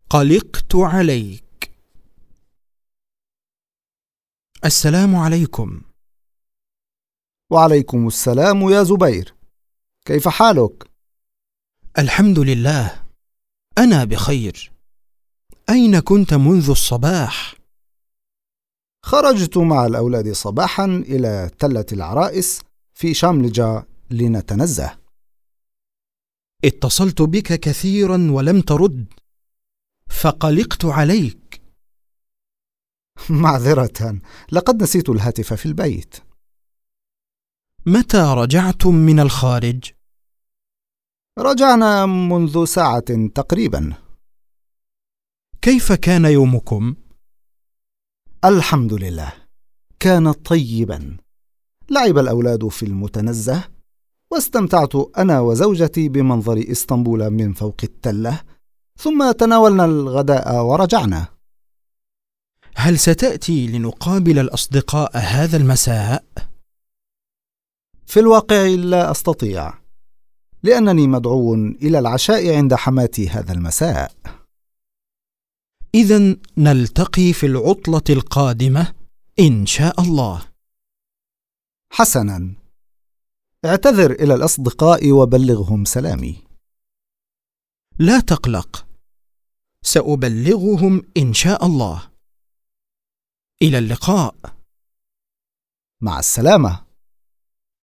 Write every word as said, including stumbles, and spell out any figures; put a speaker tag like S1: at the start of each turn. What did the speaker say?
S1: قلقت عليك. السلام عليكم.
S2: وعليكم السلام يا زبير، كيف حالك؟
S1: الحمد لله، أنا بخير. أين كنت منذ الصباح؟
S2: خرجت مع الأولاد صباحا إلى تلة العرائس في شاملجا لنتنزه.
S1: اتصلت بك كثيرا ولم ترد، فقلقت عليك.
S2: معذرة، لقد نسيت الهاتف في البيت.
S1: متى رجعتم من الخارج؟
S2: رجعنا منذ ساعة تقريبا.
S1: كيف كان يومكم؟
S2: الحمد لله، كان طيبا. لعب الأولاد في المتنزه، واستمتعت أنا وزوجتي بمنظر إسطنبول من فوق التلة، ثم تناولنا الغداء ورجعنا.
S1: هل ستأتي لنقابل الأصدقاء هذا المساء؟
S2: في الواقع لا أستطيع، لأنني مدعو إلى العشاء عند حماتي هذا المساء.
S1: إذن نلتقي في العطلة القادمة إن شاء الله.
S2: حسنا، اعتذر إلى الأصدقاء وبلغهم سلامي.
S1: لا تقلق، سأبلغهم إن شاء الله. إلى اللقاء.
S2: مع السلامة.